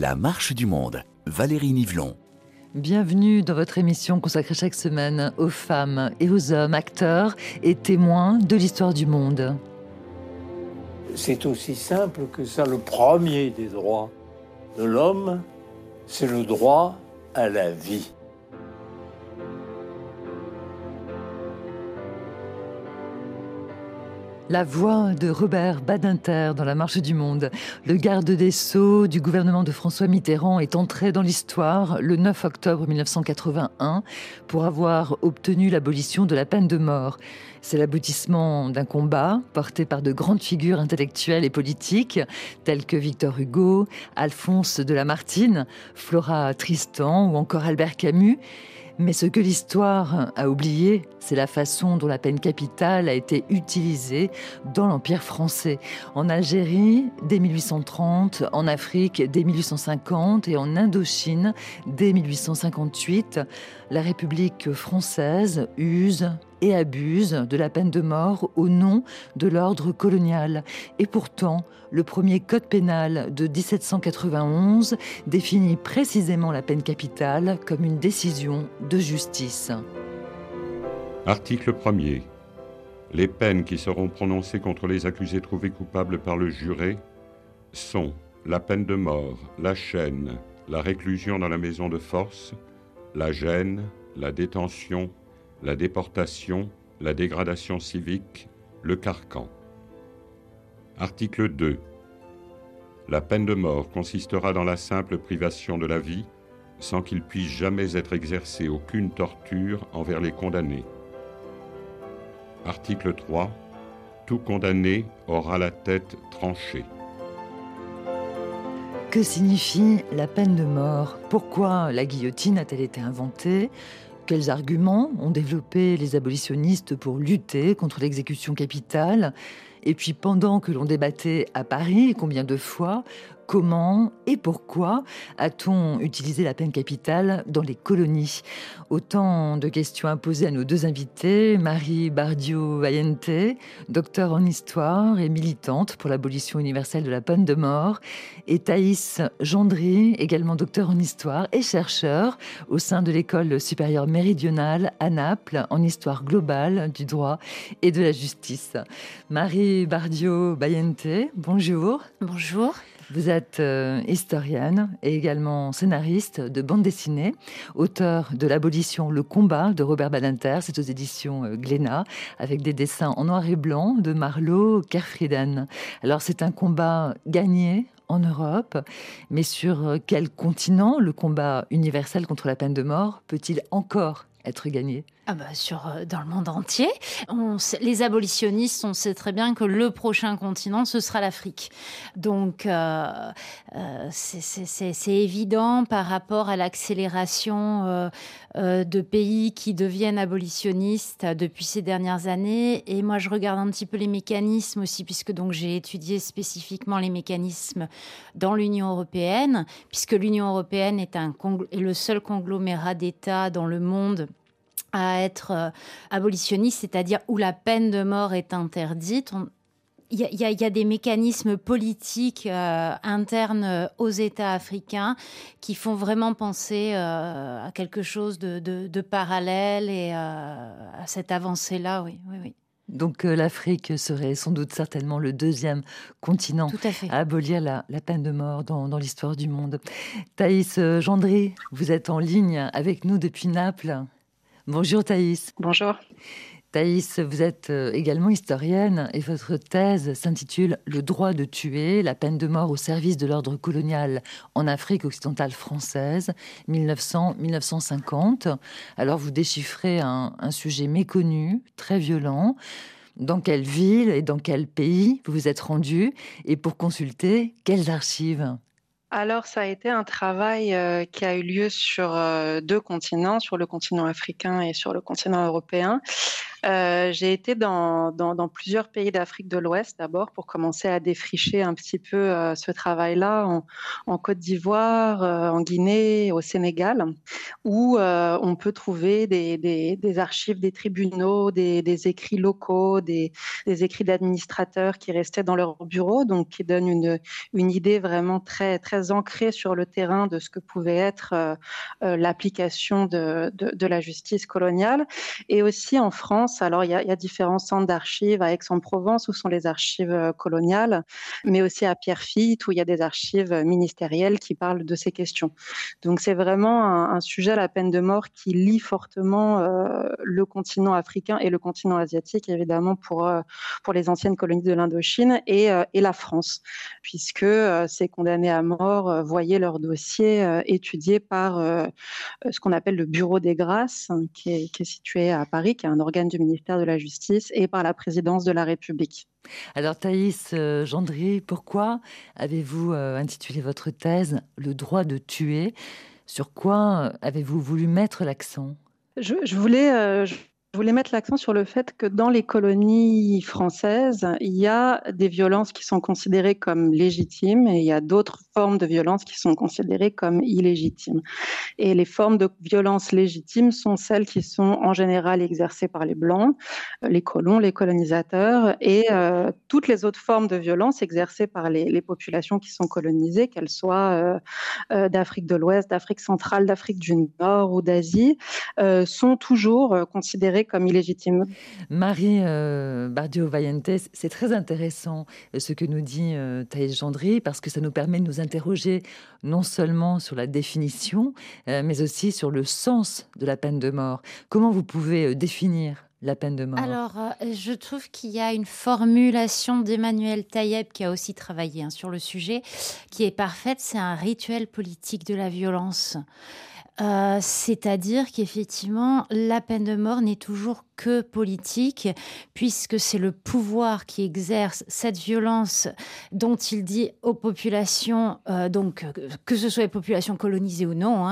La marche du monde, Valérie Nivelon. Bienvenue dans votre émission consacrée chaque semaine aux femmes et aux hommes, acteurs et témoins de l'histoire du monde. C'est aussi simple que ça, le premier des droits de l'homme, c'est le droit à la vie. La voix de Robert Badinter dans La marche du monde. Le garde des Sceaux du gouvernement de François Mitterrand est entré dans l'histoire le 9 octobre 1981 pour avoir obtenu l'abolition de la peine de mort. C'est l'aboutissement d'un combat porté par de grandes figures intellectuelles et politiques telles que Victor Hugo, Alphonse de Lamartine, Flora Tristan ou encore Albert Camus. Mais ce que l'histoire a oublié, c'est la façon dont la peine capitale a été utilisée dans l'Empire français. En Algérie, dès 1830, en Afrique, dès 1850 et en Indochine, dès 1858, la République française use et abuse de la peine de mort au nom de l'ordre colonial. Et pourtant, le premier code pénal de 1791 définit précisément la peine capitale comme une décision de justice. Article 1er. Les peines qui seront prononcées contre les accusés trouvés coupables par le juré sont la peine de mort, la chaîne, la réclusion dans la maison de force, la gêne, la détention, la déportation, la dégradation civique, le carcan. Article 2. La peine de mort consistera dans la simple privation de la vie, sans qu'il puisse jamais être exercé aucune torture envers les condamnés. Article 3. Tout condamné aura la tête tranchée. Que signifie la peine de mort ? Pourquoi la guillotine a-t-elle été inventée ? Quels arguments ont développé les abolitionnistes pour lutter contre l'exécution capitale ? Et puis pendant que l'on débattait à Paris, combien de fois, comment et pourquoi a-t-on utilisé la peine capitale dans les colonies ? Autant de questions à poser à nos deux invités, Marie Bardio-Vallente, docteure en histoire et militante pour l'abolition universelle de la peine de mort, et Thaïs Gendry, également docteur en histoire et chercheur au sein de l'École supérieure méridionale à Naples en histoire globale du droit et de la justice. Marie Bardio-Vallente, bonjour. Bonjour. Vous êtes historienne et également scénariste de bande dessinée, auteur de L'abolition, le combat de Robert Badinter, c'est aux éditions Glénat, avec des dessins en noir et blanc de Marlo Kerfrieden. Alors c'est un combat gagné en Europe, mais sur quel continent le combat universel contre la peine de mort peut-il encore être gagné ? Dans le monde entier. Les abolitionnistes, on sait très bien que le prochain continent, ce sera l'Afrique. Donc, c'est évident par rapport à l'accélération de pays qui deviennent abolitionnistes depuis ces dernières années. Et moi, je regarde un petit peu les mécanismes aussi, puisque donc j'ai étudié spécifiquement les mécanismes dans l'Union européenne, puisque l'Union européenne est le seul conglomérat d'États dans le monde à être abolitionniste, c'est-à-dire où la peine de mort est interdite. Il y a des mécanismes politiques internes aux États africains qui font vraiment penser à quelque chose de parallèle et à cette avancée-là, oui. Donc l'Afrique serait sans doute certainement le deuxième continent à abolir la peine de mort dans l'histoire du monde. Thaïs Gendry, vous êtes en ligne avec nous depuis Naples. Bonjour Thaïs. Bonjour. Thaïs, vous êtes également historienne et votre thèse s'intitule « Le droit de tuer, la peine de mort au service de l'ordre colonial en Afrique occidentale française, 1900-1950 ». Alors vous déchiffrez un sujet méconnu, très violent. Dans quelle ville et dans quel pays vous vous êtes rendu et pour consulter quelles archives ? Alors, ça a été un travail qui a eu lieu sur deux continents, sur le continent africain et sur le continent européen. J'ai été dans plusieurs pays d'Afrique de l'Ouest d'abord pour commencer à défricher un petit peu ce travail-là en Côte d'Ivoire, en Guinée, au Sénégal, où on peut trouver des archives des tribunaux, des écrits locaux, des écrits d'administrateurs qui restaient dans leur bureau, donc qui donnent une idée vraiment très, très ancrée sur le terrain de ce que pouvait être l'application de la justice coloniale. Et aussi en France, alors il y a différents centres d'archives à Aix-en-Provence où sont les archives coloniales, mais aussi à Pierrefitte où il y a des archives ministérielles qui parlent de ces questions. Donc c'est vraiment un sujet, la peine de mort, qui lie fortement le continent africain et le continent asiatique, évidemment pour les anciennes colonies de l'Indochine et la France, puisque ces condamnés à mort voyaient leur dossier étudié par ce qu'on appelle le Bureau des grâces, qui est situé à Paris, qui est un organe du ministère de la Justice, et par la présidence de la République. Alors Thaïs Gendry, pourquoi avez-vous intitulé votre thèse « Le droit de tuer » Sur quoi avez-vous voulu mettre l'accent ? Je voulais mettre l'accent sur le fait que dans les colonies françaises, il y a des violences qui sont considérées comme légitimes et il y a d'autres formes de violences qui sont considérées comme illégitimes. Et les formes de violences légitimes sont celles qui sont en général exercées par les Blancs, les colons, les colonisateurs, et toutes les autres formes de violences exercées par les populations qui sont colonisées, qu'elles soient d'Afrique de l'Ouest, d'Afrique centrale, d'Afrique du Nord ou d'Asie, sont toujours considérées comme illégitime. Marie Bardio-Vallente, c'est très intéressant ce que nous dit Thaïs Gendry, parce que ça nous permet de nous interroger non seulement sur la définition, mais aussi sur le sens de la peine de mort. Comment vous pouvez définir la peine de mort ? Alors, je trouve qu'il y a une formulation d'Emmanuel Taïeb qui a aussi travaillé sur le sujet, qui est parfaite. C'est un rituel politique de la violence. C'est-à-dire qu'effectivement, la peine de mort n'est toujours que politique, puisque c'est le pouvoir qui exerce cette violence dont il dit aux populations, donc que ce soit les populations colonisées ou non,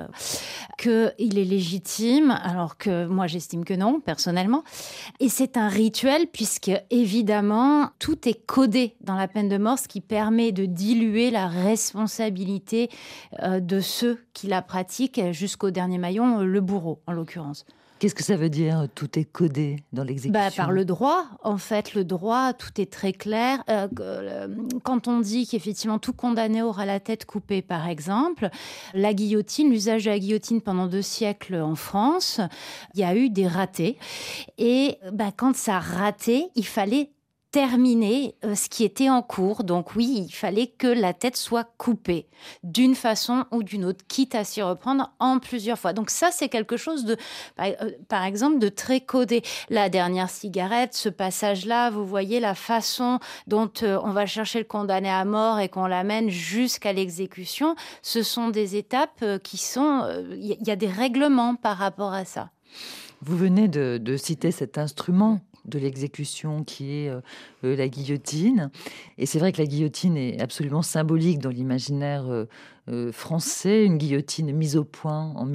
qu'il est légitime, alors que moi j'estime que non, personnellement. Et c'est un rituel, puisque évidemment, tout est codé dans la peine de mort, ce qui permet de diluer la responsabilité de ceux qui la pratiquent jusqu'au dernier maillon, le bourreau en l'occurrence. Qu'est-ce que ça veut dire, tout est codé dans l'exécution ? Par le droit, en fait, le droit, tout est très clair. Quand on dit qu'effectivement tout condamné aura la tête coupée, par exemple, la guillotine, l'usage de la guillotine pendant 2 siècles en France, il y a eu des ratés. Et quand ça ratait, il fallait terminer ce qui était en cours. Donc oui, il fallait que la tête soit coupée d'une façon ou d'une autre, quitte à s'y reprendre en plusieurs fois. Donc ça, c'est quelque chose de, par exemple, de très codé. La dernière cigarette, ce passage-là, vous voyez la façon dont on va chercher le condamné à mort et qu'on l'amène jusqu'à l'exécution. Ce sont des étapes qui sont... Il y a des règlements par rapport à ça. Vous venez de citer cet instrument de l'exécution qui est la guillotine. Et c'est vrai que la guillotine est absolument symbolique dans l'imaginaire français. Une guillotine mise au point en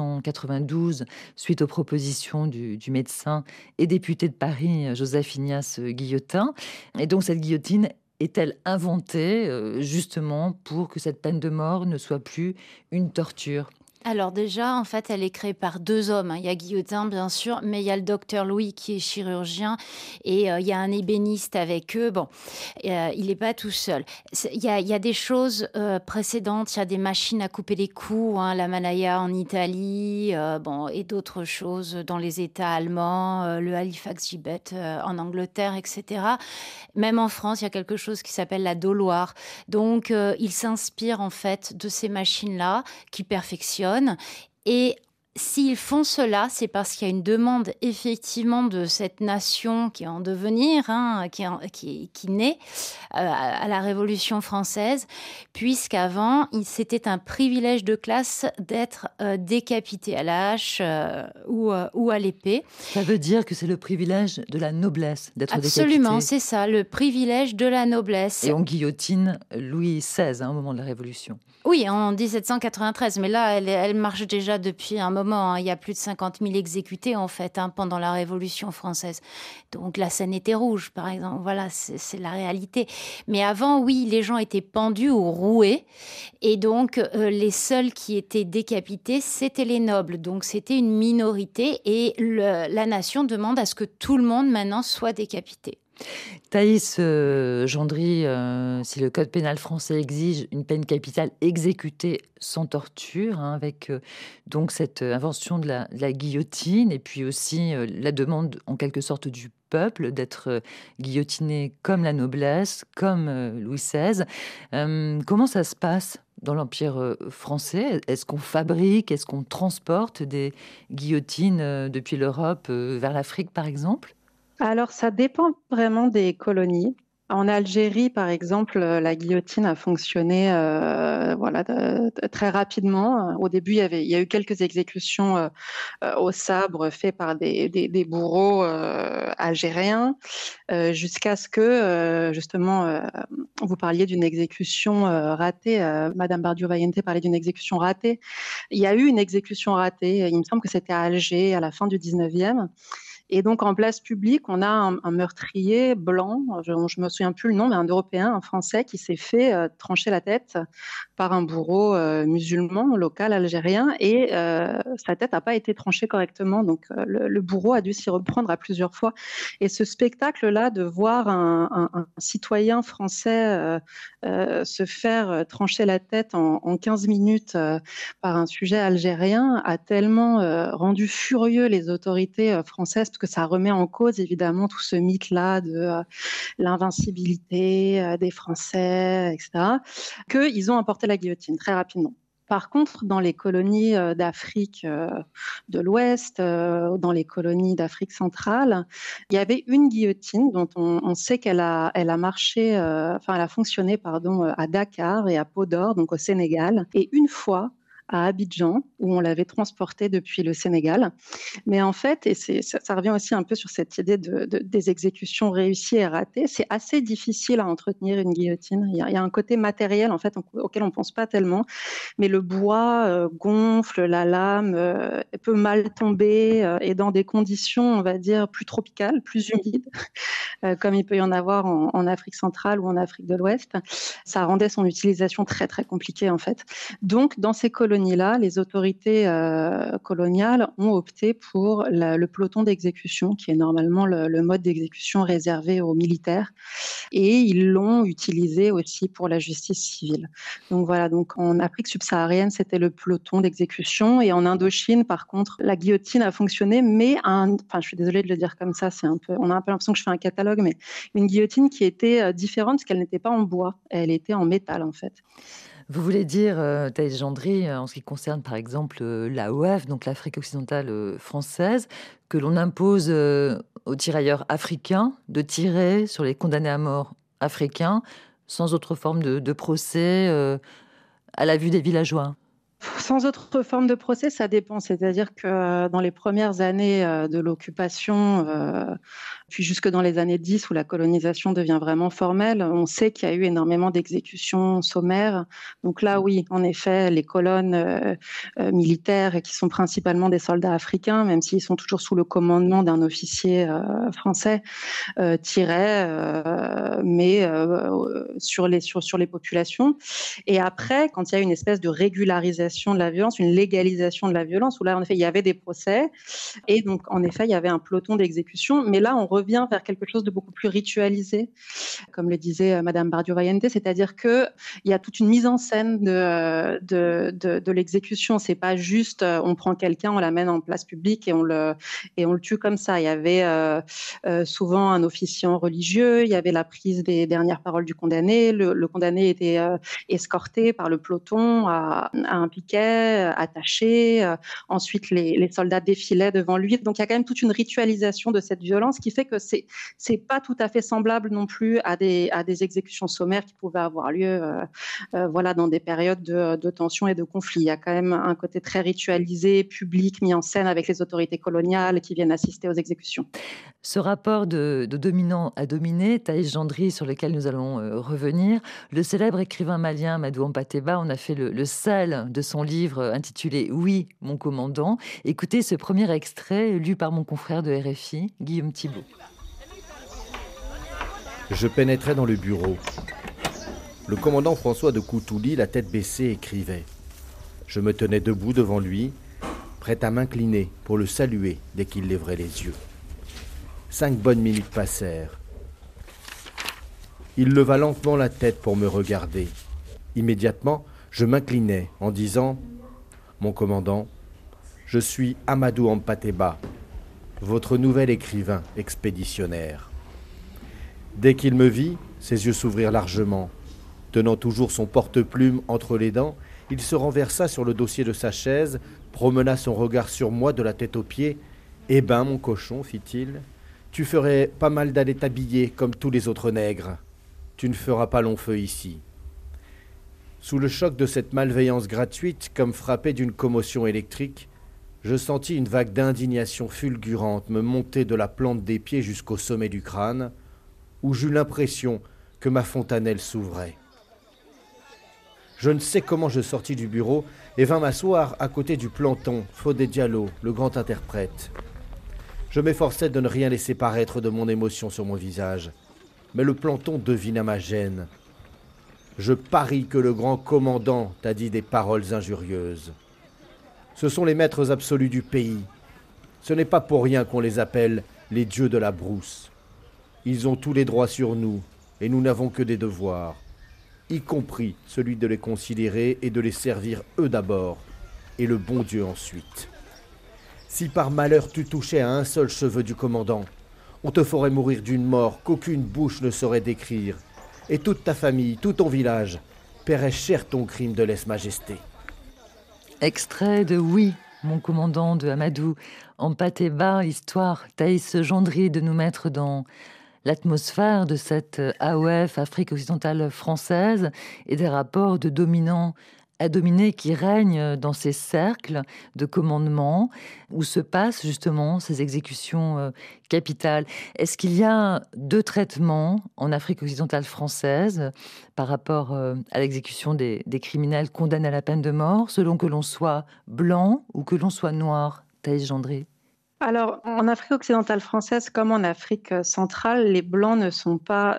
1792 suite aux propositions du médecin et député de Paris, Joseph Ignace Guillotin. Et donc cette guillotine est-elle inventée justement pour que cette peine de mort ne soit plus une torture ? Alors déjà, en fait, elle est créée par 2 hommes. Il y a Guillotin, bien sûr, mais il y a le docteur Louis qui est chirurgien et il y a un ébéniste avec eux. Bon, il n'est pas tout seul. Il y a des choses précédentes. Il y a des machines à couper les coups, la Manaya en Italie, et d'autres choses dans les États allemands, le Halifax Gibbet en Angleterre, etc. Même en France, il y a quelque chose qui s'appelle la Doloire. Donc, il s'inspire en fait de ces machines-là qui perfectionnent. Et s'ils font cela, c'est parce qu'il y a une demande effectivement de cette nation qui est en devenir, qui naît à la Révolution française, puisqu'avant, c'était un privilège de classe d'être décapité à la hache ou à l'épée. Ça veut dire que c'est le privilège de la noblesse d'être décapité. Absolument, c'est ça, le privilège de la noblesse. Et on guillotine Louis XVI au moment de la Révolution. Oui, en 1793, mais là, elle marche déjà depuis un moment. moment. Il y a plus de 50 000 exécutés, en fait, pendant la Révolution française. Donc la Seine était rouge, par exemple. Voilà, c'est la réalité. Mais avant, oui, les gens étaient pendus ou roués. Et donc, les seuls qui étaient décapités, c'était les nobles. Donc, c'était une minorité. Et la nation demande à ce que tout le monde, maintenant, soit décapité. Thaïs Gendry, si le code pénal français exige une peine capitale exécutée sans torture, avec donc cette invention de la guillotine, et puis aussi la demande en quelque sorte du peuple d'être guillotiné comme la noblesse, comme Louis XVI. Comment ça se passe dans l'Empire français? Est-ce qu'on fabrique, est-ce qu'on transporte des guillotines depuis l'Europe vers l'Afrique, par exemple? Alors, ça dépend vraiment des colonies. En Algérie, par exemple, la guillotine a fonctionné très rapidement. Au début, il y a eu quelques exécutions au sabre faites par des bourreaux algériens, jusqu'à ce que, justement, vous parliez d'une exécution ratée. Madame Bardio-Vallente parlait d'une exécution ratée. Il y a eu une exécution ratée. Il me semble que c'était à Alger, à la fin du 19e. Et donc, en place publique, on a un meurtrier blanc, je ne me souviens plus le nom, mais un Européen, un Français, qui s'est fait trancher la tête par un bourreau musulman local algérien. Et sa tête n'a pas été tranchée correctement. Donc, le bourreau a dû s'y reprendre à plusieurs fois. Et ce spectacle-là, de voir un citoyen français se faire trancher la tête en 15 minutes par un sujet algérien, a tellement rendu furieux les autorités françaises, que ça remet en cause évidemment tout ce mythe-là de l'invincibilité des Français, etc., qu'ils ont importé la guillotine très rapidement. Par contre, dans les colonies d'Afrique de l'Ouest, dans les colonies d'Afrique centrale, il y avait une guillotine dont on sait qu'elle a marché, elle a fonctionné, à Dakar et à Podor, donc au Sénégal. Et une fois, à Abidjan, où on l'avait transporté depuis le Sénégal. Mais en fait, et ça revient aussi un peu sur cette idée des exécutions réussies et ratées, c'est assez difficile à entretenir une guillotine. Il y a un côté matériel, en fait, auquel on ne pense pas tellement, mais le bois gonfle, la lame peut mal tomber, et dans des conditions, on va dire, plus tropicales, plus humides, comme il peut y en avoir en Afrique centrale ou en Afrique de l'Ouest, ça rendait son utilisation très, très compliquée, en fait. Donc, dans ces colonies, les autorités coloniales ont opté pour le peloton d'exécution, qui est normalement le mode d'exécution réservé aux militaires, et ils l'ont utilisé aussi pour la justice civile. Donc voilà, donc en Afrique subsaharienne, c'était le peloton d'exécution, et en Indochine, par contre, la guillotine a fonctionné, mais je suis désolée de le dire comme ça, on a un peu l'impression que je fais un catalogue, mais une guillotine qui était différente parce qu'elle n'était pas en bois, elle était en métal en fait. Vous voulez dire, Thaïs Gendry, en ce qui concerne par exemple l'AOF, donc l'Afrique occidentale française, que l'on impose aux tirailleurs africains de tirer sur les condamnés à mort africains sans autre forme de procès à la vue des villageois? Sans autre forme de procès, ça dépend. C'est-à-dire que dans les premières années de l'occupation, puis jusque dans les années 10 où la colonisation devient vraiment formelle, on sait qu'il y a eu énormément d'exécutions sommaires. Donc là, oui, en effet, les colonnes militaires, qui sont principalement des soldats africains, même s'ils sont toujours sous le commandement d'un officier français, tiraient, mais sur les populations. Et après, quand il y a une espèce de régularisation de la violence, une légalisation de la violence, où là, en effet, il y avait des procès, et donc, en effet, il y avait un peloton d'exécution, mais là, on revient vers quelque chose de beaucoup plus ritualisé, comme le disait Madame Bardio-Vallente, c'est-à-dire qu'il y a toute une mise en scène de l'exécution. C'est pas juste, on prend quelqu'un, on l'amène en place publique et on le tue comme ça. Il y avait souvent un officiant religieux, il y avait la prise des dernières paroles du condamné, le condamné était escorté par le peloton à un piquet, attaché. Ensuite, les soldats défilaient devant lui. Donc, il y a quand même toute une ritualisation de cette violence qui fait que c'est pas tout à fait semblable non plus à des exécutions sommaires qui pouvaient avoir lieu dans des périodes de tension et de conflit. Il y a quand même un côté très ritualisé, public, mis en scène avec les autorités coloniales qui viennent assister aux exécutions. Ce rapport de dominant à dominé, Thaïs Gendry, sur lequel nous allons revenir, le célèbre écrivain malien Amadou Hampâté Bâ en a fait le sel de son livre intitulé « Oui, mon commandant ». Écoutez ce premier extrait lu par mon confrère de RFI, Guillaume Thibault. Je pénétrais dans le bureau. Le commandant François de Coutouli, la tête baissée, écrivait. Je me tenais debout devant lui, prêt à m'incliner pour le saluer dès qu'il lèverait les yeux. 5 bonnes minutes passèrent. Il leva lentement la tête pour me regarder. Immédiatement, je m'inclinai en disant « Mon commandant, je suis Amadou Hampâté Bâ, votre nouvel écrivain expéditionnaire. » Dès qu'il me vit, ses yeux s'ouvrirent largement. Tenant toujours son porte-plume entre les dents, il se renversa sur le dossier de sa chaise, promena son regard sur moi de la tête aux pieds. « Eh ben, mon cochon, fit-il, tu ferais pas mal d'aller t'habiller comme tous les autres nègres. Tu ne feras pas long feu ici. » Sous le choc de cette malveillance gratuite, comme frappé d'une commotion électrique, je sentis une vague d'indignation fulgurante me monter de la plante des pieds jusqu'au sommet du crâne, où j'eus l'impression que ma fontanelle s'ouvrait. Je ne sais comment je sortis du bureau et vins m'asseoir à côté du planton, Fodé Diallo, le grand interprète. Je m'efforçais de ne rien laisser paraître de mon émotion sur mon visage, mais le planton devina ma gêne. Je parie que le grand commandant t'a dit des paroles injurieuses. Ce sont les maîtres absolus du pays. Ce n'est pas pour rien qu'on les appelle les dieux de la brousse. Ils ont tous les droits sur nous, et nous n'avons que des devoirs, y compris celui de les considérer et de les servir eux d'abord, et le bon Dieu ensuite. Si par malheur tu touchais à un seul cheveu du commandant, on te ferait mourir d'une mort qu'aucune bouche ne saurait décrire, et toute ta famille, tout ton village, paierait cher ton crime de lèse-majesté. Extrait de « Oui, mon commandant » de Amadou Hampâté Bâ, histoire Thaïs Gendry de nous mettre dans l'atmosphère de cette AOF, Afrique occidentale française, et des rapports de dominant à dominé qui règnent dans ces cercles de commandement où se passent justement ces exécutions capitales. Est-ce qu'il y a 2 traitements en Afrique occidentale française par rapport à l'exécution des criminels condamnés à la peine de mort, selon que l'on soit blanc ou que l'on soit noir, Thaïs Gendry? Alors, en Afrique occidentale française comme en Afrique centrale, les Blancs ne sont pas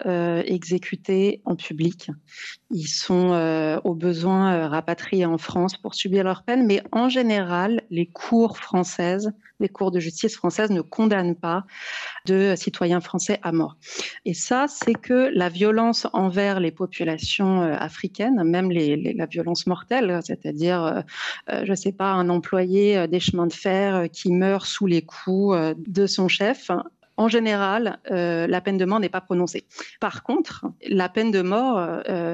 exécutés en public. Ils sont au besoin rapatriés en France pour subir leur peine, mais en général, les cours françaises, les cours de justice françaises ne condamnent pas de citoyens français à mort. Et ça, c'est que la violence envers les populations africaines, même la violence mortelle, c'est-à-dire, je ne sais pas, un employé des chemins de fer qui meurt sous les coups de son chef. En général, la peine de mort n'est pas prononcée. Par contre, la peine de mort,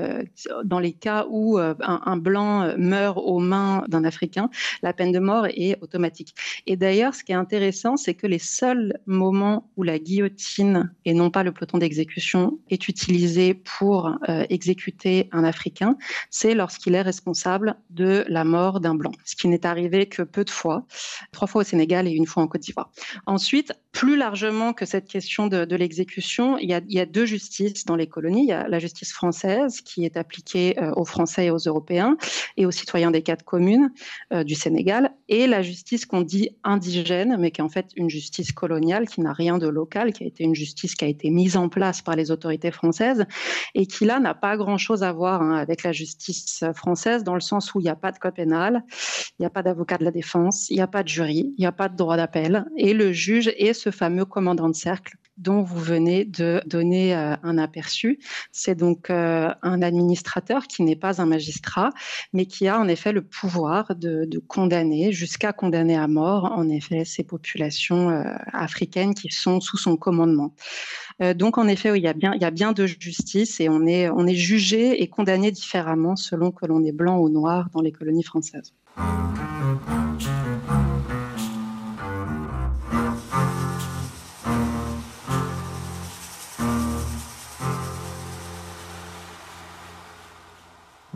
dans les cas où un blanc meurt aux mains d'un Africain, la peine de mort est automatique. Et d'ailleurs, ce qui est intéressant, c'est que les seuls moments où la guillotine, et non pas le peloton d'exécution, est utilisée pour exécuter un Africain, c'est lorsqu'il est responsable de la mort d'un blanc. Ce qui n'est arrivé que peu de fois, 3 fois au Sénégal et 1 fois en Côte d'Ivoire. Ensuite, plus largement que cette question de l'exécution, il y a 2 justices dans les colonies. Il y a la justice française qui est appliquée aux Français et aux Européens et aux citoyens des 4 communes du Sénégal, et la justice qu'on dit indigène, mais qui est en fait une justice coloniale qui n'a rien de local, qui a été une justice qui a été mise en place par les autorités françaises et qui là n'a pas grand-chose à voir avec la justice française, dans le sens où il n'y a pas de code pénal, il n'y a pas d'avocat de la défense, il n'y a pas de jury, il n'y a pas de droit d'appel, et le juge est ce fameux commandant de cercle dont vous venez de donner un aperçu. C'est donc un administrateur qui n'est pas un magistrat, mais qui a en effet le pouvoir de condamner, jusqu'à condamner à mort, en effet, ces populations africaines qui sont sous son commandement. Donc en effet, oui, il y a bien 2 justices, et on est jugé et condamné différemment selon que l'on est blanc ou noir dans les colonies françaises.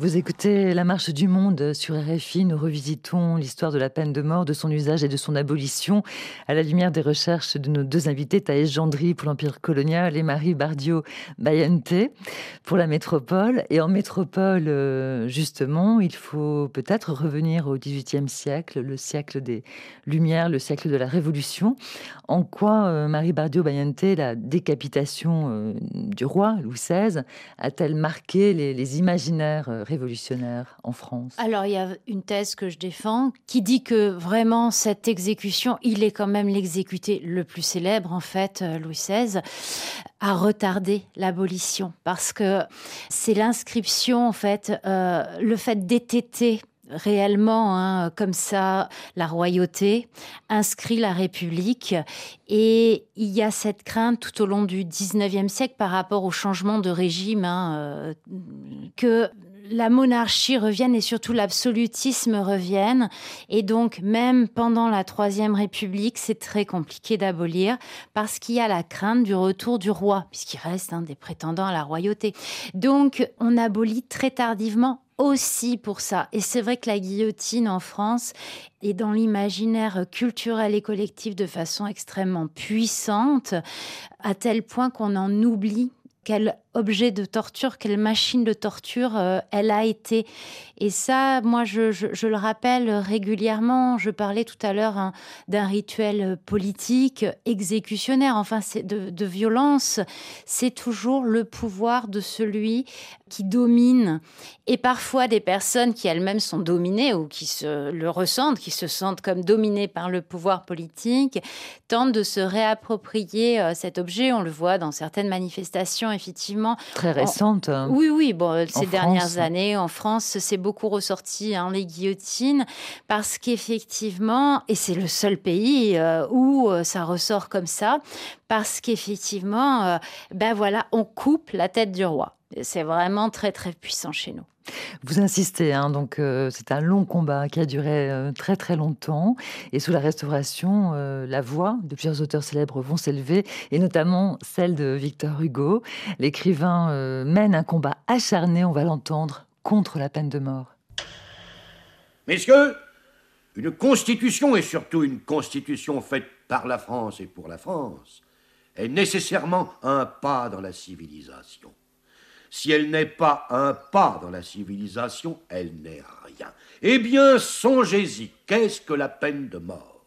Vous écoutez La Marche du Monde sur RFI. Nous revisitons l'histoire de la peine de mort, de son usage et de son abolition à la lumière des recherches de nos deux invités, Thaïs Gendry pour l'Empire colonial et Marie Bardio-Bayante pour la métropole. Et en métropole, justement, il faut peut-être revenir au XVIIIe siècle, le siècle des Lumières, le siècle de la Révolution. En quoi, Marie Bardio-Bayante, la décapitation du roi Louis XVI a-t-elle marqué les imaginaires révolutionnaire en France? Alors, il y a une thèse que je défends qui dit que vraiment cette exécution, il est quand même l'exécuté le plus célèbre, en fait, Louis XVI, a retardé l'abolition parce que c'est l'inscription, en fait, le fait d'étêter réellement, comme ça, la royauté, inscrit la République. Et il y a cette crainte tout au long du XIXe siècle par rapport au changement de régime, que la monarchie revienne et surtout l'absolutisme revienne. Et donc, même pendant la Troisième République, c'est très compliqué d'abolir parce qu'il y a la crainte du retour du roi, puisqu'il reste des prétendants à la royauté. Donc, on abolit très tardivement aussi pour ça. Et c'est vrai que la guillotine en France est dans l'imaginaire culturel et collectif de façon extrêmement puissante, à tel point qu'on en oublie quel objet de torture, quelle machine de torture elle a été. Et ça, moi, je le rappelle régulièrement. Je parlais tout à l'heure d'un rituel politique, exécutionnaire, enfin, c'est de violence. C'est toujours le pouvoir de celui qui domine. Et parfois, des personnes qui elles-mêmes sont dominées ou qui le ressentent, qui se sentent comme dominées par le pouvoir politique, tentent de se réapproprier cet objet. On le voit dans certaines manifestations, effectivement. Très récentes. Oui. Bon, ces dernières années, en France, c'est beaucoup ressorti, les guillotines, parce qu'effectivement, et c'est le seul pays où ça ressort comme ça, parce qu'effectivement, on coupe la tête du roi. C'est vraiment très, très puissant chez nous. Vous insistez, donc c'est un long combat qui a duré très très longtemps. Et sous la Restauration, la voix de plusieurs auteurs célèbres vont s'élever, et notamment celle de Victor Hugo. L'écrivain mène un combat acharné, on va l'entendre, contre la peine de mort. Messieurs, une constitution, et surtout une constitution faite par la France et pour la France, est nécessairement un pas dans la civilisation. Si elle n'est pas un pas dans la civilisation, elle n'est rien. Eh bien, songez-y, qu'est-ce que la peine de mort?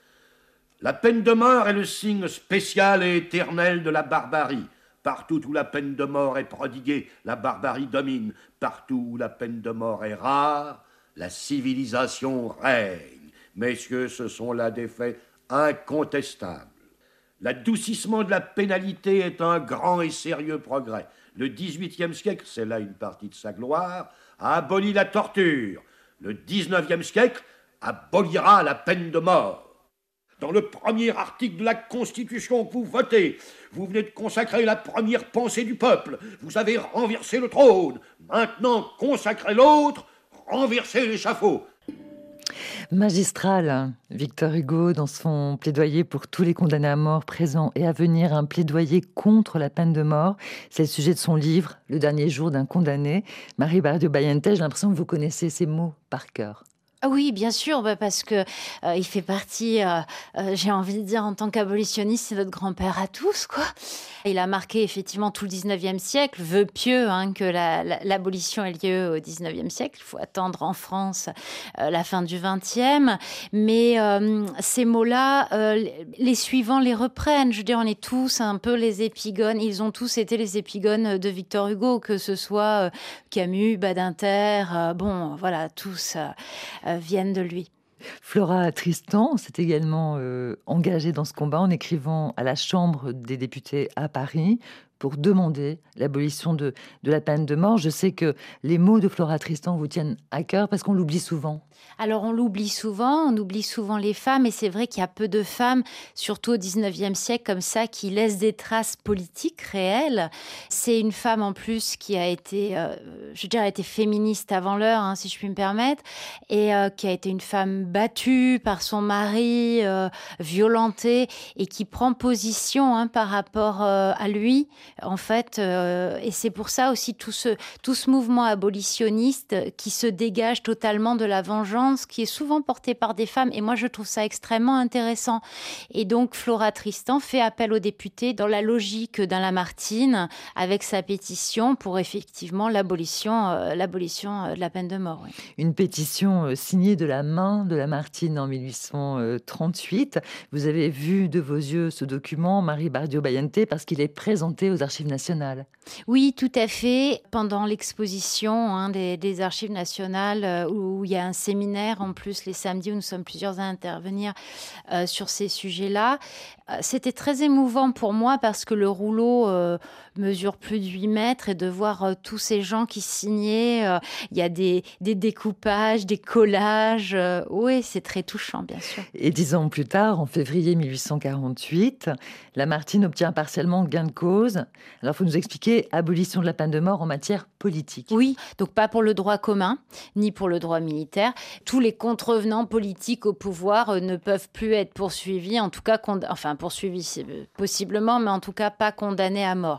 La peine de mort est le signe spécial et éternel de la barbarie. Partout où la peine de mort est prodiguée, la barbarie domine. Partout où la peine de mort est rare, la civilisation règne. Messieurs, ce sont là des faits incontestables. L'adoucissement de la pénalité est un grand et sérieux progrès. Le XVIIIe siècle, c'est là une partie de sa gloire, a aboli la torture. Le XIXe siècle abolira la peine de mort. Dans le premier article de la Constitution que vous votez, vous venez de consacrer la première pensée du peuple. Vous avez renversé le trône. Maintenant, consacrez l'autre, renversez l'échafaud. Magistral, Victor Hugo, dans son plaidoyer pour tous les condamnés à mort présents et à venir, un plaidoyer contre la peine de mort. C'est le sujet de son livre, Le dernier jour d'un condamné. Marie Bardio-Bayante, j'ai l'impression que vous connaissez ces mots par cœur. Ah oui, bien sûr, parce que il fait partie, j'ai envie de dire, en tant qu'abolitionniste, c'est notre grand-père à tous, quoi. Il a marqué effectivement tout le 19e siècle, vœu pieux que l'abolition ait lieu au 19e siècle. Il faut attendre en France la fin du 20e. Mais ces mots-là, les suivants les reprennent. Je veux dire, on est tous un peu les épigones. Ils ont tous été les épigones de Victor Hugo, que ce soit Camus, Badinter, tous viennent de lui. Flora Tristan s'est également engagée dans ce combat en écrivant à la Chambre des députés à Paris pour demander l'abolition de la peine de mort. Je sais que les mots de Flora Tristan vous tiennent à cœur parce qu'on l'oublie souvent. Alors on l'oublie souvent, on oublie souvent les femmes, et c'est vrai qu'il y a peu de femmes, surtout au 19e siècle, comme ça, qui laissent des traces politiques réelles. C'est une femme en plus qui a été, été féministe avant l'heure, si je puis me permettre, et qui a été une femme battue par son mari, violentée, et qui prend position par rapport à lui, En fait, et c'est pour ça aussi tout ce mouvement abolitionniste qui se dégage totalement de la vengeance, qui est souvent porté par des femmes. Et moi, je trouve ça extrêmement intéressant. Et donc, Flora Tristan fait appel aux députés dans la logique d'un Lamartine, avec sa pétition pour effectivement l'abolition de la peine de mort. Oui. Une pétition signée de la main de Lamartine en 1838. Vous avez vu de vos yeux ce document, Marie Bardio-Bayente, parce qu'il est présenté aux Archives nationales. Oui, tout à fait. Pendant l'exposition des Archives nationales, où il y a un séminaire en plus les samedis, où nous sommes plusieurs à intervenir sur ces sujets-là, c'était très émouvant pour moi parce que le rouleau mesure plus de 8 mètres et de voir tous ces gens qui signaient. Il y a des découpages, des collages. Oui, c'est très touchant, bien sûr. Et 10 ans plus tard, en février 1848, Lamartine obtient partiellement gain de cause. Alors, il faut nous expliquer abolition de la peine de mort en matière politique. Oui, donc pas pour le droit commun, ni pour le droit militaire. Tous les contrevenants politiques au pouvoir ne peuvent plus être poursuivis, en tout cas, poursuivis possiblement, mais en tout cas pas condamnés à mort.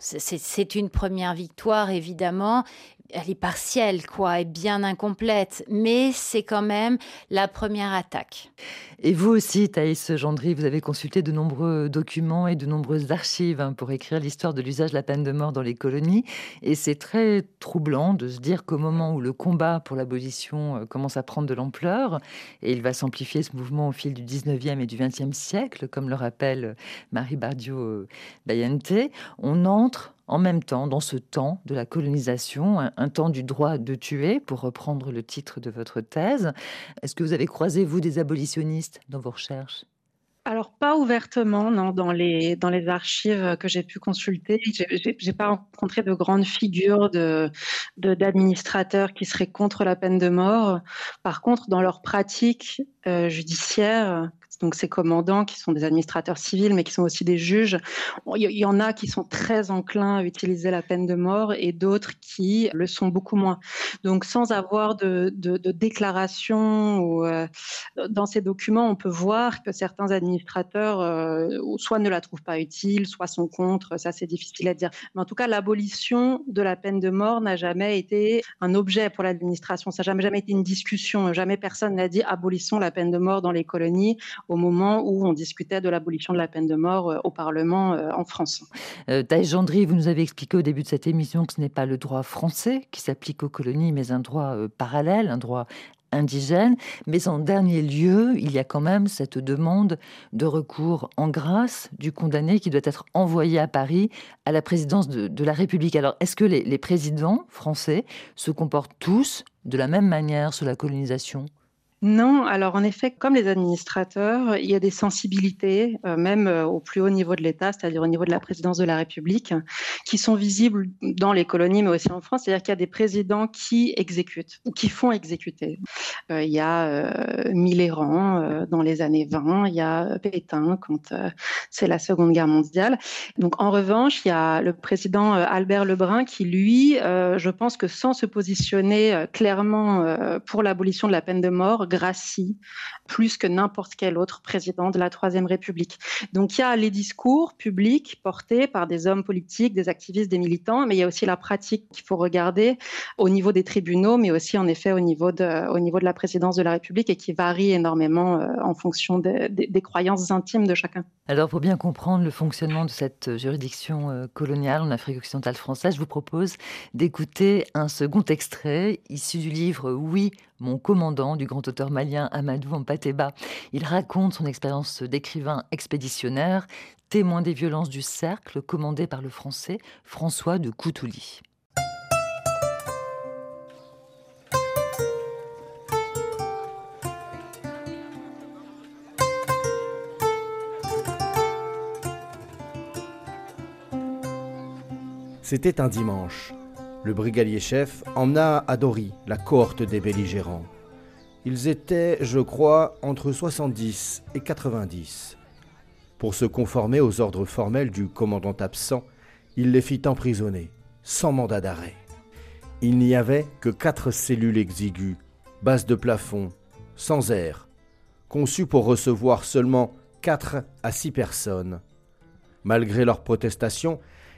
C'est une première victoire, évidemment. Elle est partielle, et bien incomplète, mais c'est quand même la première attaque. Et vous aussi, Thaïs Gendry, vous avez consulté de nombreux documents et de nombreuses archives pour écrire l'histoire de l'usage de la peine de mort dans les colonies. Et c'est très troublant de se dire qu'au moment où le combat pour l'abolition commence à prendre de l'ampleur, et il va s'amplifier ce mouvement au fil du 19e et du 20e siècle, comme le rappelle Marie Bardio-Bayente, on entre en même temps, dans ce temps de la colonisation, un temps du droit de tuer, pour reprendre le titre de votre thèse. Est-ce que vous avez croisé, vous, des abolitionnistes dans vos recherches ? Alors, pas ouvertement, non, dans les archives que j'ai pu consulter. J'ai pas rencontré de grandes figures d'administrateurs qui seraient contre la peine de mort. Par contre, dans leur pratique judiciaire, donc ces commandants qui sont des administrateurs civils, mais qui sont aussi des juges, il y en a qui sont très enclins à utiliser la peine de mort et d'autres qui le sont beaucoup moins. Donc, sans avoir de déclaration ou dans ces documents, on peut voir que certains administrateurs soit ne la trouvent pas utile, soit sont contre. Ça, c'est difficile à dire. Mais en tout cas, l'abolition de la peine de mort n'a jamais été un objet pour l'administration. Ça n'a jamais été une discussion. Jamais personne n'a dit abolissons la peine de mort dans les colonies au moment où on discutait de l'abolition de la peine de mort au Parlement en France. Thaïs Gendry, vous nous avez expliqué au début de cette émission que ce n'est pas le droit français qui s'applique aux colonies, mais un droit parallèle, un droit indigène. Mais en dernier lieu, il y a quand même cette demande de recours en grâce du condamné qui doit être envoyé à Paris à la présidence de la République. Alors, est-ce que les présidents français se comportent tous de la même manière sous la colonisation ? Non, alors en effet, comme les administrateurs, il y a des sensibilités, même au plus haut niveau de l'État, c'est-à-dire au niveau de la présidence de la République, qui sont visibles dans les colonies, mais aussi en France. C'est-à-dire qu'il y a des présidents qui exécutent ou qui font exécuter. Il y a Mitterrand dans les années 20, il y a Pétain quand c'est la Seconde Guerre mondiale. Donc en revanche, il y a le président Albert Lebrun qui, lui, je pense que sans se positionner clairement pour l'abolition de la peine de mort, gracie plus que n'importe quel autre président de la Troisième République. Donc il y a les discours publics portés par des hommes politiques, des activistes, des militants, mais il y a aussi la pratique qu'il faut regarder au niveau des tribunaux, mais aussi en effet au niveau de la présidence de la République et qui varie énormément en fonction des croyances intimes de chacun. Alors pour bien comprendre le fonctionnement de cette juridiction coloniale en Afrique occidentale française, je vous propose d'écouter un second extrait issu du livre « Oui, mon commandant » du grand auteur malien Amadou Hampâté-Bâ. Il raconte son expérience d'écrivain expéditionnaire, témoin des violences du cercle commandé par le Français François de Coutouli. C'était un dimanche. Le brigadier-chef emmena à Dori la cohorte des belligérants. Ils étaient, je crois, entre 70 et 90. Pour se conformer aux ordres formels du commandant absent, il les fit emprisonner, sans mandat d'arrêt. Il n'y avait que 4 cellules exiguës, basses de plafond, sans air, conçues pour recevoir seulement 4 à 6 personnes. Malgré leurs protestations,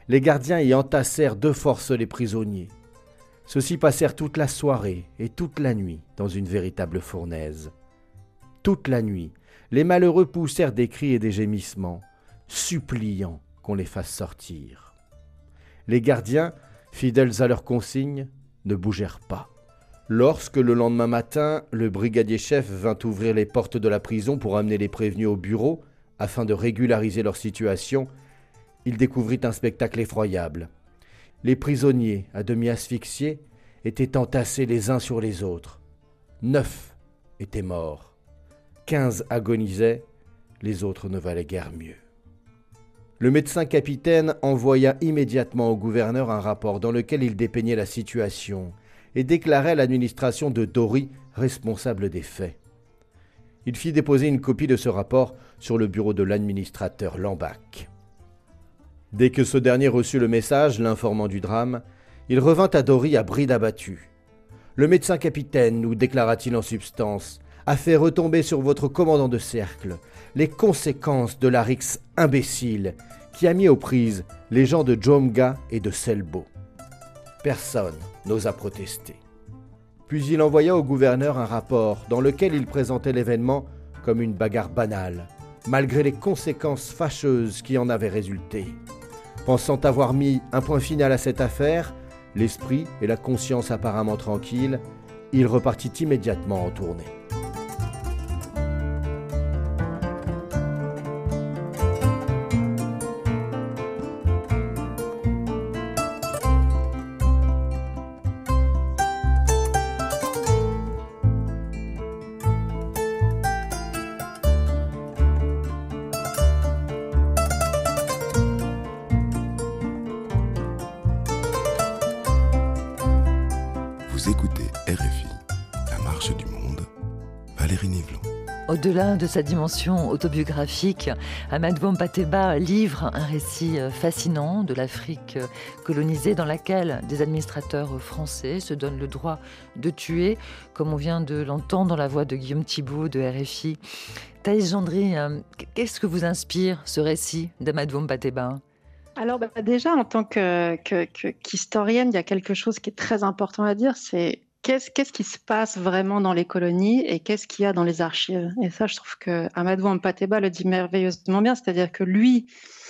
Les gardiens y entassèrent de force les prisonniers. Ceux-ci passèrent toute la soirée et toute la nuit dans une véritable fournaise. Toute la nuit, les malheureux poussèrent des cris et des gémissements, suppliant qu'on les fasse sortir. Les gardiens, fidèles à leurs consignes, ne bougèrent pas. Lorsque, le lendemain matin, le brigadier-chef vint ouvrir les portes de la prison pour amener les prévenus au bureau, afin de régulariser leur situation, il découvrit un spectacle effroyable. Les prisonniers, à demi asphyxiés, étaient entassés les uns sur les autres. 9 étaient morts. 15 agonisaient, les autres ne valaient guère mieux. Le médecin capitaine envoya immédiatement au gouverneur un rapport dans lequel il dépeignait la situation et déclarait l'administration de Dory responsable des faits. Il fit déposer une copie de ce rapport sur le bureau de l'administrateur Lambach. Dès que ce dernier reçut le message l'informant du drame, il revint à Dory à bride abattue. « Le médecin capitaine, nous déclara-t-il en substance, a fait retomber sur votre commandant de cercle les conséquences de la rixe imbécile qui a mis aux prises les gens de Djomga et de Selbo. Personne n'osa protester. Puis il envoya au gouverneur un rapport dans lequel il présentait l'événement comme une bagarre banale, malgré les conséquences fâcheuses qui en avaient résulté. Pensant avoir mis un point final à cette affaire, l'esprit et la conscience apparemment tranquilles, il repartit immédiatement en tournée. Vous écoutez RFI, La Marche du Monde, Valérie Nivelon. Au-delà de sa dimension autobiographique, Amadou Hampâté-Bâ livre un récit fascinant de l'Afrique colonisée dans laquelle des administrateurs français se donnent le droit de tuer, comme on vient de l'entendre dans la voix de Guillaume Thibault de RFI. Thaïs Gendry, qu'est-ce que vous inspire ce récit d'Amadou Hampâté-Bâ ? Alors déjà, en tant qu'historienne, il y a quelque chose qui est très important à dire, c'est qu'est-ce qui se passe vraiment dans les colonies et qu'est-ce qu'il y a dans les archives. Et ça, je trouve que Amadou Hampâté-Bâ le dit merveilleusement bien, c'est-à-dire que lui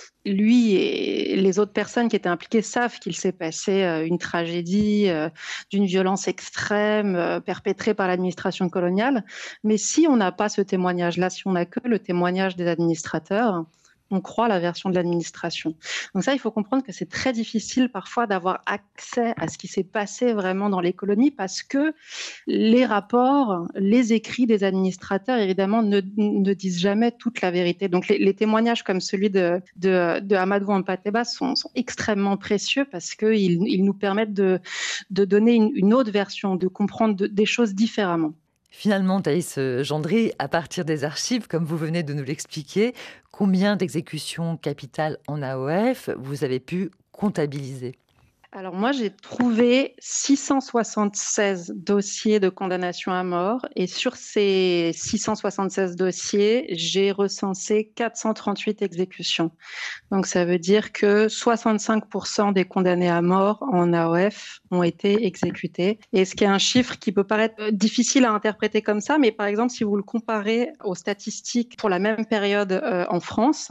et les autres personnes qui étaient impliquées savent qu'il s'est passé une tragédie d'une violence extrême perpétrée par l'administration coloniale. Mais si on n'a pas ce témoignage-là, si on n'a que le témoignage des administrateurs, on croit la version de l'administration. Donc ça, il faut comprendre que c'est très difficile parfois d'avoir accès à ce qui s'est passé vraiment dans les colonies parce que les rapports, les écrits des administrateurs, évidemment, ne disent jamais toute la vérité. Donc les témoignages comme celui de Amadou Hampâté-Bâ sont extrêmement précieux parce qu'ils nous permettent de donner une autre version, de comprendre des choses différemment. Finalement, Thaïs Gendry, à partir des archives, comme vous venez de nous l'expliquer, combien d'exécutions capitales en AOF vous avez pu comptabiliser ? Alors moi, j'ai trouvé 676 dossiers de condamnation à mort et sur ces 676 dossiers, j'ai recensé 438 exécutions. Donc ça veut dire que 65% des condamnés à mort en AOF ont été exécutés. Et ce qui est un chiffre qui peut paraître difficile à interpréter comme ça, mais par exemple, si vous le comparez aux statistiques pour la même période en France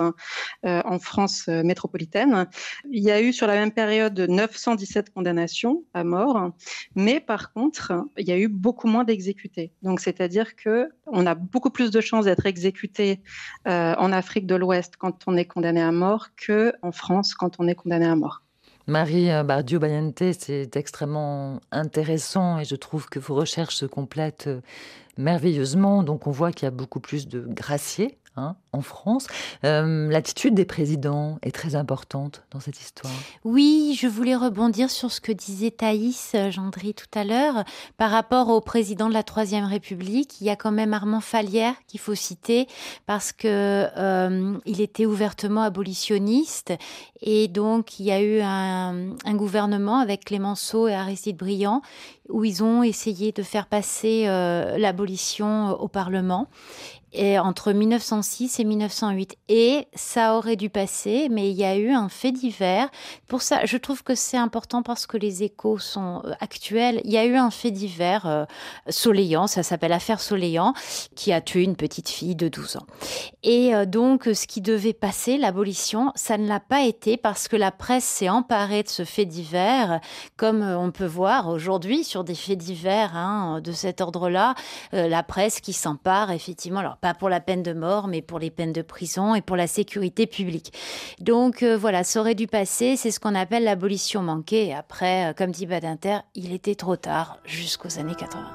métropolitaine, il y a eu sur la même période 917 condamnations à mort, mais par contre, il y a eu beaucoup moins d'exécutés. Donc, c'est-à-dire qu'on a beaucoup plus de chances d'être exécuté en Afrique de l'Ouest quand on est condamné à mort qu'en France quand on est condamné à mort. Marie Bardiou-Bayante, c'est extrêmement intéressant et je trouve que vos recherches se complètent merveilleusement. Donc, on voit qu'il y a beaucoup plus de graciés en France. L'attitude des présidents est très importante dans cette histoire. Oui, je voulais rebondir sur ce que disait Thaïs Gendry tout à l'heure. Par rapport au président de la Troisième République, il y a quand même Armand Fallières qu'il faut citer parce que il était ouvertement abolitionniste et donc il y a eu un gouvernement avec Clémenceau et Aristide Briand où ils ont essayé de faire passer l'abolition au Parlement. Et entre 1906 et c'est 1908. Et ça aurait dû passer, mais il y a eu un fait divers. Pour ça, je trouve que c'est important parce que les échos sont actuels. Il y a eu un fait divers Soleillant, ça s'appelle Affaire Soleillant, qui a tué une petite fille de 12 ans. Et donc, ce qui devait passer, l'abolition, ça ne l'a pas été parce que la presse s'est emparée de ce fait divers, comme on peut voir aujourd'hui sur des faits divers de cet ordre-là, la presse qui s'empare effectivement, alors pas pour la peine de mort, mais pour les peines de prison et pour la sécurité publique. Donc voilà, ça aurait dû passer, c'est ce qu'on appelle l'abolition manquée. Et après, comme dit Badinter, il était trop tard, jusqu'aux années 80.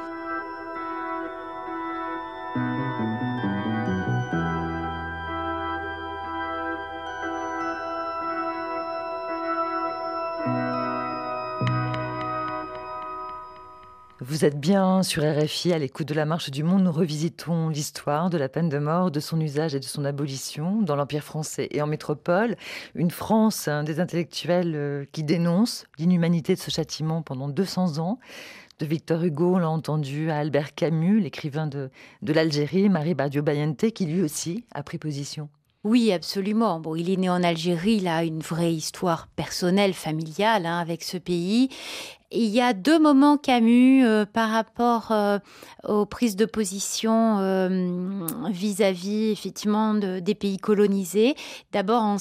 Vous êtes bien sur RFI, à l'écoute de la Marche du Monde. Nous revisitons l'histoire de la peine de mort, de son usage et de son abolition dans l'Empire français et en métropole. Une France des intellectuels qui dénoncent l'inhumanité de ce châtiment pendant 200 ans. De Victor Hugo, on l'a entendu, à Albert Camus, l'écrivain de l'Algérie, Marie Bardio-Bayente, qui lui aussi a pris position. Oui, absolument. Bon, il est né en Algérie, il a une vraie histoire personnelle, familiale avec ce pays. Et il y a 2 moments Camus par rapport aux prises de position vis-à-vis effectivement des pays colonisés. D'abord en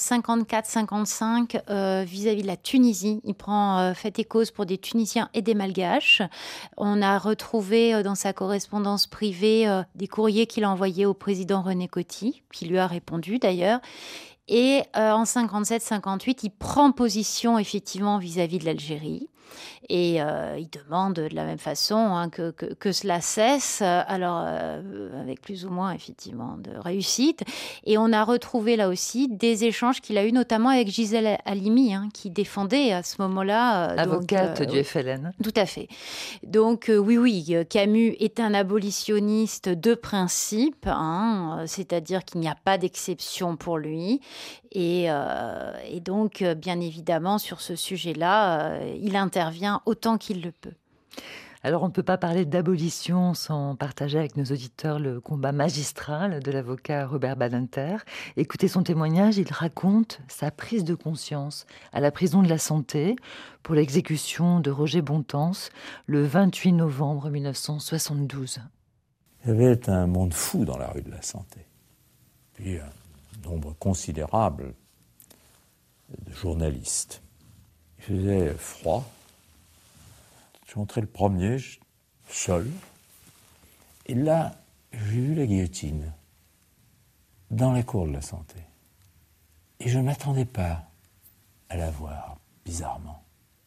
54-55 vis-à-vis de la Tunisie, il prend fait et cause pour des Tunisiens et des Malgaches. On a retrouvé dans sa correspondance privée des courriers qu'il a envoyés au président René Coty, qui lui a répondu d'ailleurs. Et en 57-58, il prend position effectivement vis-à-vis de l'Algérie. Et il demande de la même façon que cela cesse, alors avec plus ou moins effectivement de réussite. Et on a retrouvé là aussi des échanges qu'il a eu notamment avec Gisèle Halimi, qui défendait à ce moment-là... avocate du FLN. Tout à fait. Donc oui, Camus est un abolitionniste de principe, c'est-à-dire qu'il n'y a pas d'exception pour lui. Et donc, bien évidemment, sur ce sujet-là, il intervient autant qu'il le peut. Alors, on ne peut pas parler d'abolition sans partager avec nos auditeurs le combat magistral de l'avocat Robert Badinter. Écoutez son témoignage, il raconte sa prise de conscience à la prison de la Santé pour l'exécution de Roger Bontemps le 28 novembre 1972. Il y avait un monde fou dans la rue de la Santé. Puis un nombre considérable de journalistes. Il faisait froid. Je suis entré le premier, seul. Et là, j'ai vu la guillotine dans la cour de la Santé. Et je ne m'attendais pas à la voir, bizarrement.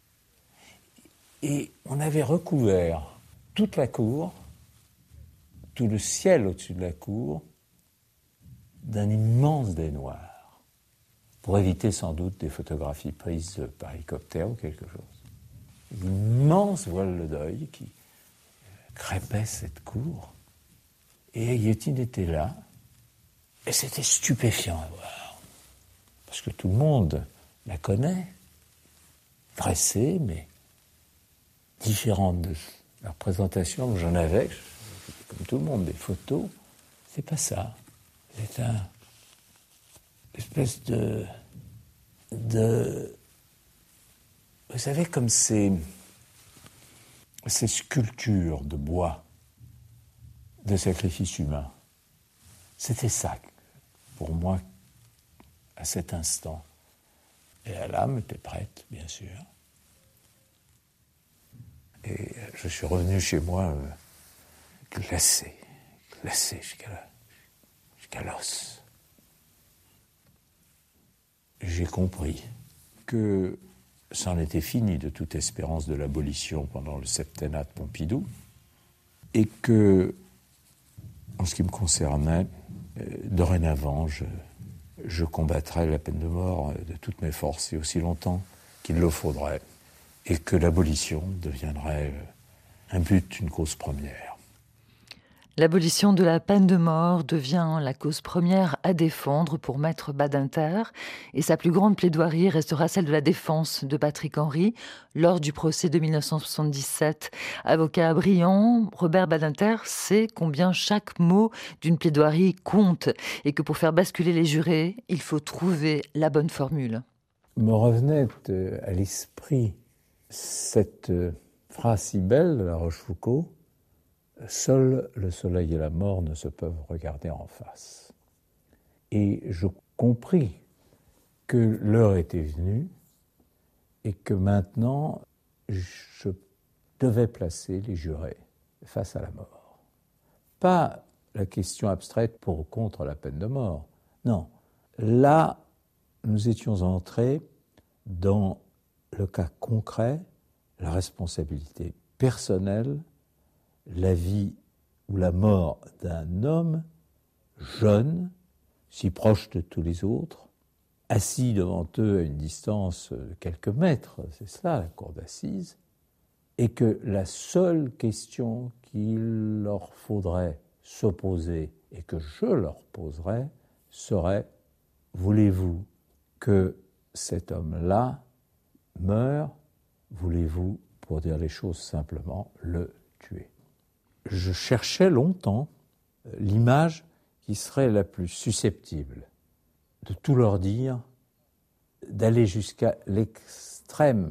Et on avait recouvert toute la cour, tout le ciel au-dessus de la cour, d'un immense dais noir, pour éviter sans doute des photographies prises par hélicoptère ou quelque chose. Une immense voile de deuil qui crêpait cette cour. Et la guillotine était là, et c'était stupéfiant à voir. Parce que tout le monde la connaît, dressée, mais différente de la représentation que j'en avais, comme tout le monde, des photos. C'est pas ça. C'est une espèce de... Vous savez, comme ces sculptures de bois, de sacrifice humain. C'était ça, pour moi, à cet instant. Et l'âme était prête, bien sûr. Et je suis revenu chez moi glacé jusqu'à l'os. J'ai compris que c'en était fini de toute espérance de l'abolition pendant le septennat de Pompidou, et que, en ce qui me concernait, dorénavant, je combattrais la peine de mort de toutes mes forces et aussi longtemps qu'il le faudrait, et que l'abolition deviendrait un but, une cause première. L'abolition de la peine de mort devient la cause première à défendre pour Maître Badinter, et sa plus grande plaidoirie restera celle de la défense de Patrick Henry lors du procès de 1977. Avocat brillant, Robert Badinter sait combien chaque mot d'une plaidoirie compte et que pour faire basculer les jurés, il faut trouver la bonne formule. Me revenait à l'esprit cette phrase si belle de La Rochefoucauld: « Seul le soleil et la mort ne se peuvent regarder en face. » Et je compris que l'heure était venue et que maintenant je devais placer les jurés face à la mort. Pas la question abstraite pour ou contre la peine de mort. Non, là, nous étions entrés dans le cas concret, la responsabilité personnelle, la vie ou la mort d'un homme jeune, si proche de tous les autres, assis devant eux à une distance de quelques mètres, c'est cela la cour d'assises, et que la seule question qu'il leur faudrait se poser et que je leur poserais serait: voulez-vous que cet homme-là meure? Voulez-vous, pour dire les choses simplement, le tuer? Je cherchais longtemps l'image qui serait la plus susceptible de tout leur dire, d'aller jusqu'à l'extrême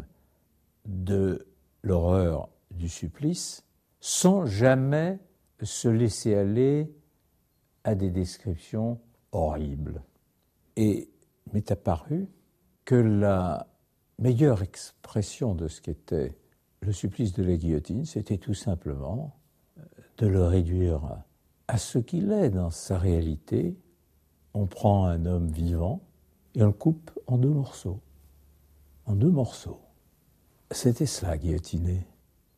de l'horreur du supplice, sans jamais se laisser aller à des descriptions horribles. Et m'est apparu que la meilleure expression de ce qu'était le supplice de la guillotine, c'était tout simplement de le réduire à ce qu'il est dans sa réalité. On prend un homme vivant et on le coupe en deux morceaux. En deux morceaux. C'était cela, guillotiner.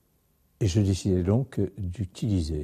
Et je décidai donc d'utiliser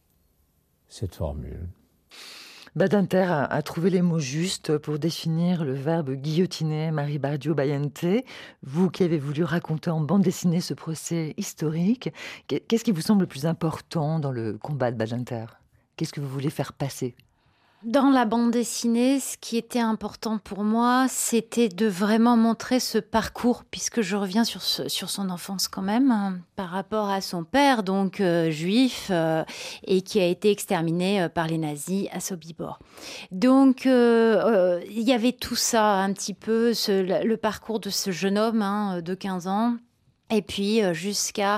cette formule. Badinter a trouvé les mots justes pour définir le verbe guillotiner, Marie Bardiot-Bayente. Vous qui avez voulu raconter en bande dessinée ce procès historique, qu'est-ce qui vous semble le plus important dans le combat de Badinter? Qu'est-ce que vous voulez faire passer? Dans la bande dessinée, ce qui était important pour moi, c'était de vraiment montrer ce parcours, puisque je reviens sur son enfance quand même, par rapport à son père, donc juif, et qui a été exterminé par les nazis à Sobibor. Donc, il y avait tout ça, un petit peu, le parcours de ce jeune homme de 15 ans, et puis jusqu'à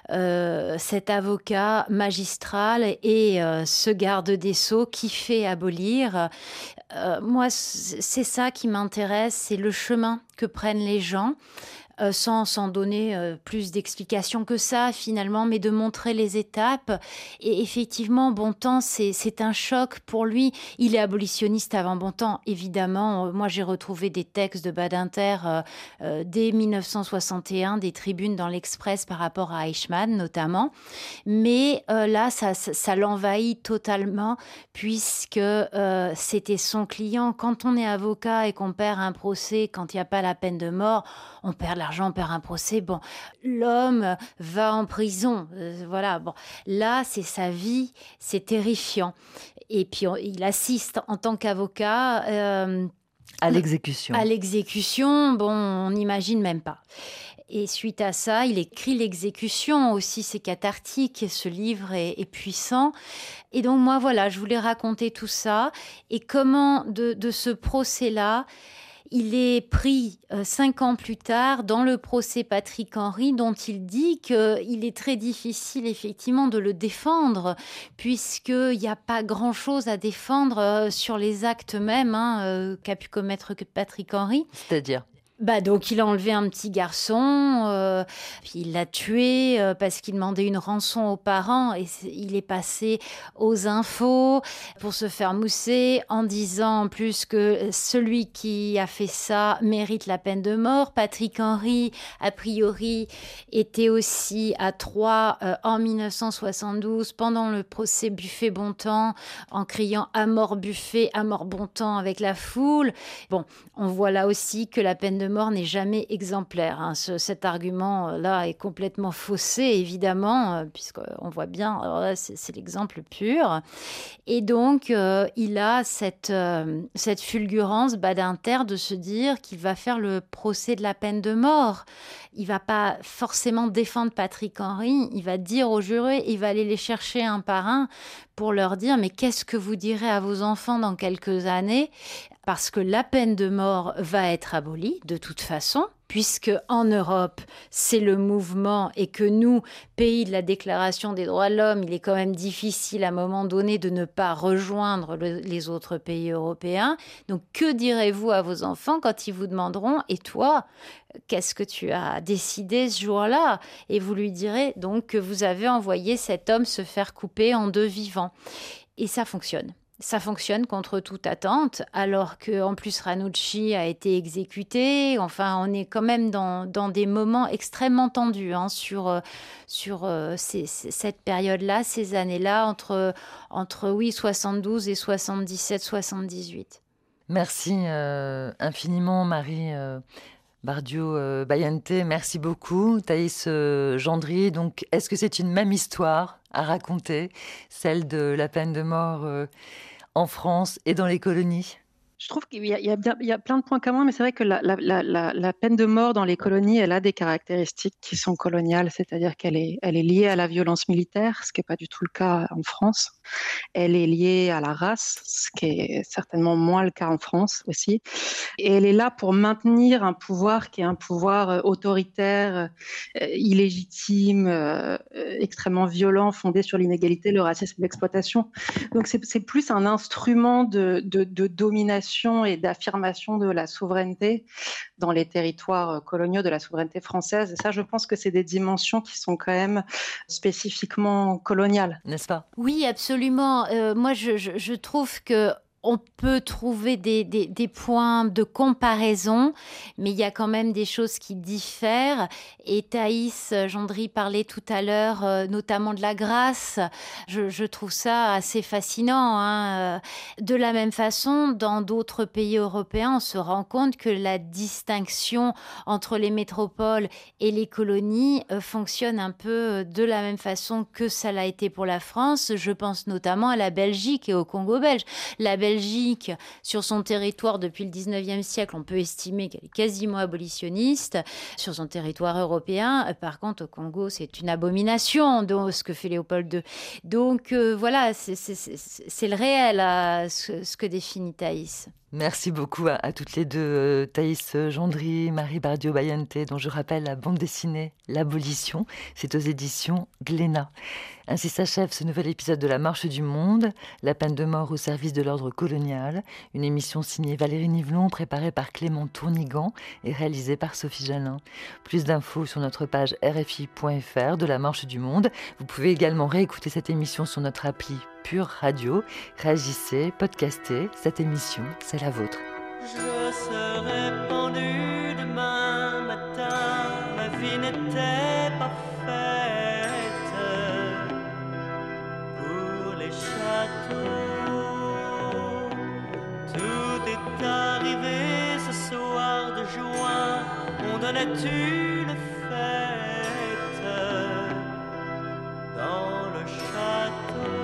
cet avocat magistral et ce garde des Sceaux qui fait abolir. Moi, c'est ça qui m'intéresse, c'est le chemin que prennent les gens, sans donner plus d'explications que ça finalement, mais de montrer les étapes. Et effectivement, Bontemps, c'est un choc pour lui. Il est abolitionniste avant Bontemps, évidemment. Moi, j'ai retrouvé des textes de Badinter dès 1961, des tribunes dans l'Express par rapport à Eichmann notamment. Mais là, ça l'envahit totalement, puisque c'était son client. Quand on est avocat et qu'on perd un procès, quand il n'y a pas la peine de mort, on perd l'argent, on perd un procès. Bon, l'homme va en prison. Voilà. Bon, là, c'est sa vie. C'est terrifiant. Et puis, il assiste en tant qu'avocat à l'exécution. À l'exécution, bon, on n'imagine même pas. Et suite à ça, il écrit l'exécution aussi, c'est cathartique, ce livre est puissant. Et donc moi, voilà, je voulais raconter tout ça et comment de ce procès-là, il est pris 5 ans plus tard dans le procès Patrick Henry, dont il dit qu'il est très difficile effectivement de le défendre, puisqu'il n'y a pas grand-chose à défendre sur les actes mêmes qu'a pu commettre Patrick Henry. C'est-à-dire ? Donc il a enlevé un petit garçon, puis il l'a tué parce qu'il demandait une rançon aux parents et il est passé aux infos pour se faire mousser en disant en plus que celui qui a fait ça mérite la peine de mort. Patrick Henry, a priori, était aussi à Troyes en 1972 pendant le procès Buffet-Bontemps en criant « à mort Buffet, à mort Bontemps » avec la foule. Bon, on voit là aussi que la peine de de mort n'est jamais exemplaire. Hein. Cet argument-là est complètement faussé, évidemment, puisqu'on voit bien, alors là, c'est l'exemple pur. Et donc, il a cette fulgurance, Badinter, de se dire qu'il va faire le procès de la peine de mort. Il ne va pas forcément défendre Patrick Henry, il va dire aux jurés, il va aller les chercher un par un pour leur dire « Mais qu'est-ce que vous direz à vos enfants dans quelques années ?» Parce que la peine de mort va être abolie de toute façon, puisque en Europe, c'est le mouvement et que nous, pays de la Déclaration des droits de l'homme, il est quand même difficile à un moment donné de ne pas rejoindre les autres pays européens. Donc, que direz-vous à vos enfants quand ils vous demanderont « Et toi, qu'est-ce que tu as décidé ce jour-là ?» Et vous lui direz donc que vous avez envoyé cet homme se faire couper en deux vivants. Et ça fonctionne. Ça fonctionne contre toute attente, alors qu'en plus Ranucci a été exécuté. Enfin, on est quand même dans des moments extrêmement tendus sur cette période-là, ces années-là, entre 72 et 77, 78. Merci infiniment, Marie Bardio-Bayante. Merci beaucoup, Thaïs Gendry. Donc, est-ce que c'est une même histoire à raconter, celle de la peine de mort en France et dans les colonies ? Je trouve qu'il y a plein de points communs, mais c'est vrai que la peine de mort dans les colonies, elle a des caractéristiques qui sont coloniales, c'est-à-dire qu'elle est liée à la violence militaire, ce qui n'est pas du tout le cas en France. Elle est liée à la race, ce qui est certainement moins le cas en France aussi. Et elle est là pour maintenir un pouvoir qui est un pouvoir autoritaire, illégitime, extrêmement violent, fondé sur l'inégalité, le racisme et l'exploitation. Donc c'est plus un instrument de domination et d'affirmation de la souveraineté dans les territoires coloniaux, de la souveraineté française. Et ça, je pense que c'est des dimensions qui sont quand même spécifiquement coloniales. N'est-ce pas ? Oui, absolument. Moi, je trouve que on peut trouver des points de comparaison, mais il y a quand même des choses qui diffèrent. Et Thaïs Gendry parlait tout à l'heure notamment de la grâce. Je trouve ça assez fascinant. Hein. De la même façon, dans d'autres pays européens, on se rend compte que la distinction entre les métropoles et les colonies fonctionne un peu de la même façon que ça l'a été pour la France. Je pense notamment à la Belgique et au Congo belge. La Belgique, sur son territoire depuis le 19e siècle, on peut estimer qu'elle est quasiment abolitionniste. Sur son territoire européen, par contre, au Congo, c'est une abomination, ce que fait Léopold II. Donc voilà, c'est le réel, ce que définit Thaïs. Merci beaucoup à toutes les deux, Thaïs Gendry, Marie Bardio-Bayante, dont je rappelle la bande dessinée L'Abolition. C'est aux éditions Glénat. Ainsi s'achève ce nouvel épisode de La Marche du Monde, la peine de mort au service de l'ordre colonial. Une émission signée Valérie Nivelon, préparée par Clément Tournigan et réalisée par Sophie Jalin. Plus d'infos sur notre page rfi.fr de La Marche du Monde. Vous pouvez également réécouter cette émission sur notre appli Pure Radio. Réagissez, podcastez. Cette émission, c'est la vôtre. Je serai pendu demain matin. Ma vie n'était pas faite pour les châteaux. Tout est arrivé ce soir de juin. On donnait une fête dans le château.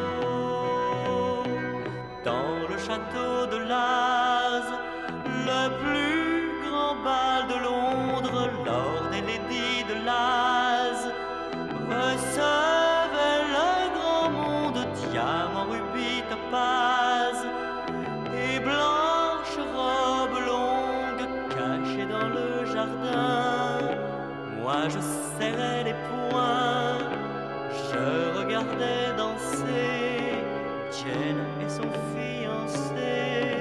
Dans le château de Laz, le plus grand bal de Londres, Lord et Lady de Laz recevait le grand monde, diamants, rubis, topaz et blanche robe longue cachée dans le jardin. Moi je serrais les poings, je regardais danser Jane et son fiancé.